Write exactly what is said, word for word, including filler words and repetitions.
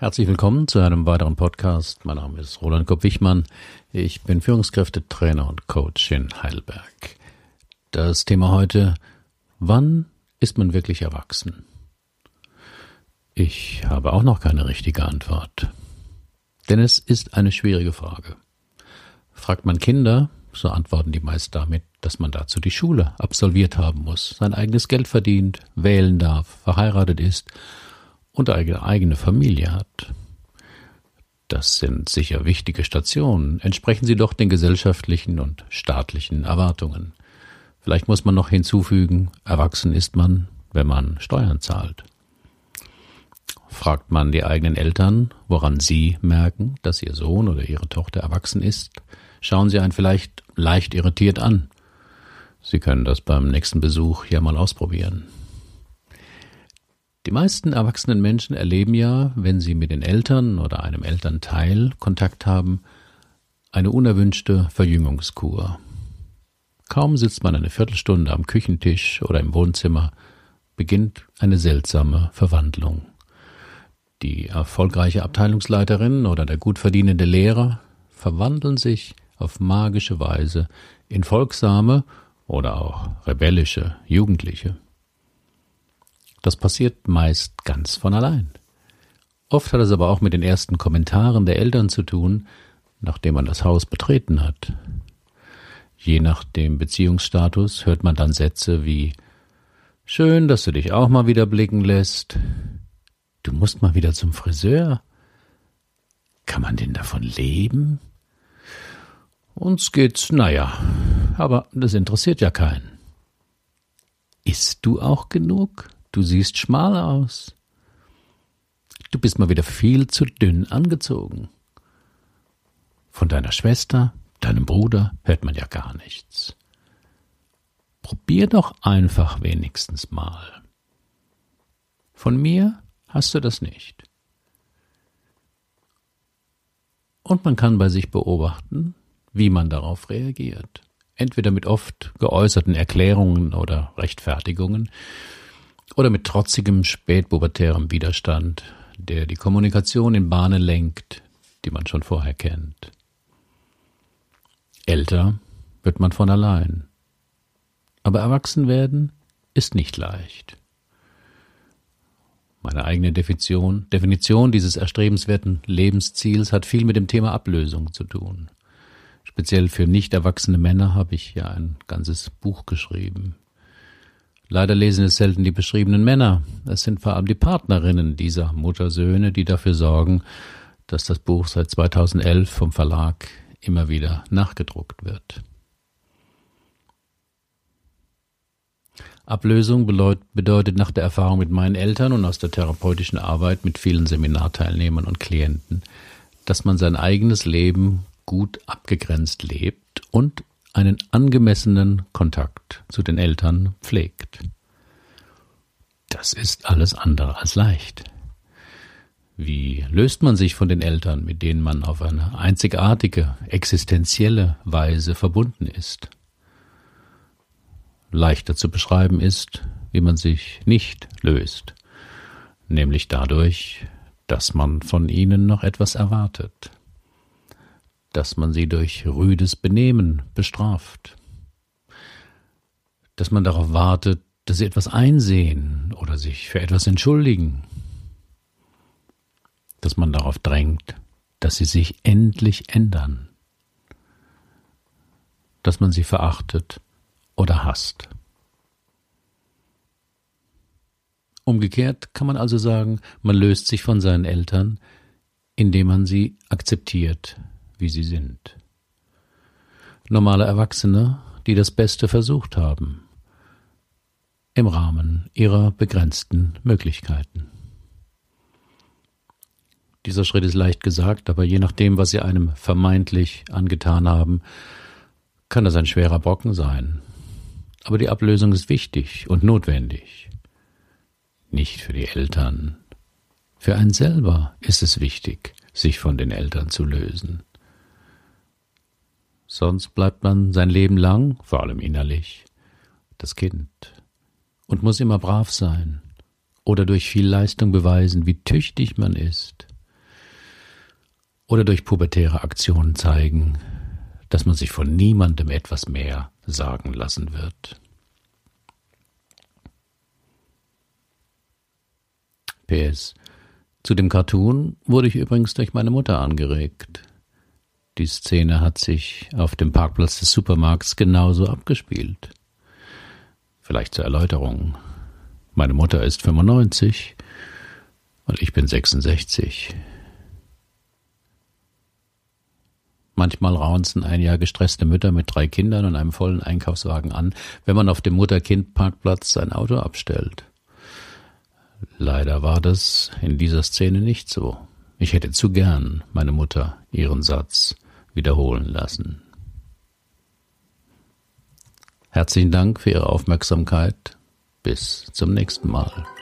Herzlich willkommen zu einem weiteren Podcast. Mein Name ist Roland Kopp-Wichmann. Ich bin Führungskräftetrainer und Coach in Heidelberg. Das Thema heute: Wann ist man wirklich erwachsen? Ich habe auch noch keine richtige Antwort. Denn es ist eine schwierige Frage. Fragt man Kinder, so antworten die meist damit, dass man dazu die Schule absolviert haben muss, sein eigenes Geld verdient, wählen darf, verheiratet ist und eine eigene Familie hat. Das sind sicher wichtige Stationen, entsprechen sie doch den gesellschaftlichen und staatlichen Erwartungen. Vielleicht muss man noch hinzufügen, erwachsen ist man, wenn man Steuern zahlt. Fragt man die eigenen Eltern, woran sie merken, dass ihr Sohn oder ihre Tochter erwachsen ist, schauen sie einen vielleicht leicht irritiert an. Sie können das beim nächsten Besuch ja mal ausprobieren. Die meisten erwachsenen Menschen erleben ja, wenn sie mit den Eltern oder einem Elternteil Kontakt haben, eine unerwünschte Verjüngungskur. Kaum sitzt man eine Viertelstunde am Küchentisch oder im Wohnzimmer, beginnt eine seltsame Verwandlung. Die erfolgreiche Abteilungsleiterin oder der gut verdienende Lehrer verwandeln sich auf magische Weise in folgsame oder auch rebellische Jugendliche. Das passiert meist ganz von allein. Oft hat es aber auch mit den ersten Kommentaren der Eltern zu tun, nachdem man das Haus betreten hat. Je nach dem Beziehungsstatus hört man dann Sätze wie: Schön, dass du dich auch mal wieder blicken lässt. Du musst mal wieder zum Friseur. Kann man denn davon leben? Uns geht's, naja, aber das interessiert ja keinen. Isst du auch genug? Du siehst schmal aus. Du bist mal wieder viel zu dünn angezogen. Von deiner Schwester, deinem Bruder hört man ja gar nichts. Probier doch einfach wenigstens mal. Von mir hast du das nicht. Und man kann bei sich beobachten, wie man darauf reagiert. Entweder mit oft geäußerten Erklärungen oder Rechtfertigungen oder mit trotzigem spätpubertärem Widerstand, der die Kommunikation in Bahnen lenkt, die man schon vorher kennt. Älter wird man von allein. Aber erwachsen werden ist nicht leicht. Meine eigene Definition, Definition dieses erstrebenswerten Lebensziels hat viel mit dem Thema Ablösung zu tun. Speziell für nicht erwachsene Männer habe ich ja ein ganzes Buch geschrieben. Leider lesen es selten die beschriebenen Männer. Es sind vor allem die Partnerinnen dieser Muttersöhne, die dafür sorgen, dass das Buch seit zweitausendelf vom Verlag immer wieder nachgedruckt wird. Ablösung bedeutet nach der Erfahrung mit meinen Eltern und aus der therapeutischen Arbeit mit vielen Seminarteilnehmern und Klienten, dass man sein eigenes Leben gut abgegrenzt lebt und einen angemessenen Kontakt zu den Eltern pflegt. Das ist alles andere als leicht. Wie löst man sich von den Eltern, mit denen man auf eine einzigartige, existenzielle Weise verbunden ist? Leichter zu beschreiben ist, wie man sich nicht löst, nämlich dadurch, dass man von ihnen noch etwas erwartet, dass man sie durch rüdes Benehmen bestraft, dass man darauf wartet, dass sie etwas einsehen oder sich für etwas entschuldigen, dass man darauf drängt, dass sie sich endlich ändern, dass man sie verachtet oder hasst. Umgekehrt kann man also sagen, man löst sich von seinen Eltern, indem man sie akzeptiert, wie sie sind. Normale Erwachsene, die das Beste versucht haben, im Rahmen ihrer begrenzten Möglichkeiten. Dieser Schritt ist leicht gesagt, aber je nachdem, was sie einem vermeintlich angetan haben, kann das ein schwerer Brocken sein. Aber die Ablösung ist wichtig und notwendig. Nicht für die Eltern. Für einen selber ist es wichtig, sich von den Eltern zu lösen. Sonst bleibt man sein Leben lang, vor allem innerlich, das Kind und muss immer brav sein oder durch viel Leistung beweisen, wie tüchtig man ist. oder durch pubertäre Aktionen zeigen, dass man sich von niemandem etwas mehr sagen lassen wird. P S. Zu dem Cartoon wurde ich übrigens durch meine Mutter angeregt. Die Szene hat sich auf dem Parkplatz des Supermarkts genauso abgespielt. Vielleicht zur Erläuterung. Meine Mutter ist fünfundneunzig und ich bin sechsundsechzig. Manchmal raunzen ein Jahr gestresste Mütter mit drei Kindern und einem vollen Einkaufswagen an, wenn man auf dem Mutter-Kind-Parkplatz sein Auto abstellt. Leider war das in dieser Szene nicht so. Ich hätte zu gern meine Mutter ihren Satz wiederholen lassen. Herzlichen Dank für Ihre Aufmerksamkeit. Bis zum nächsten Mal.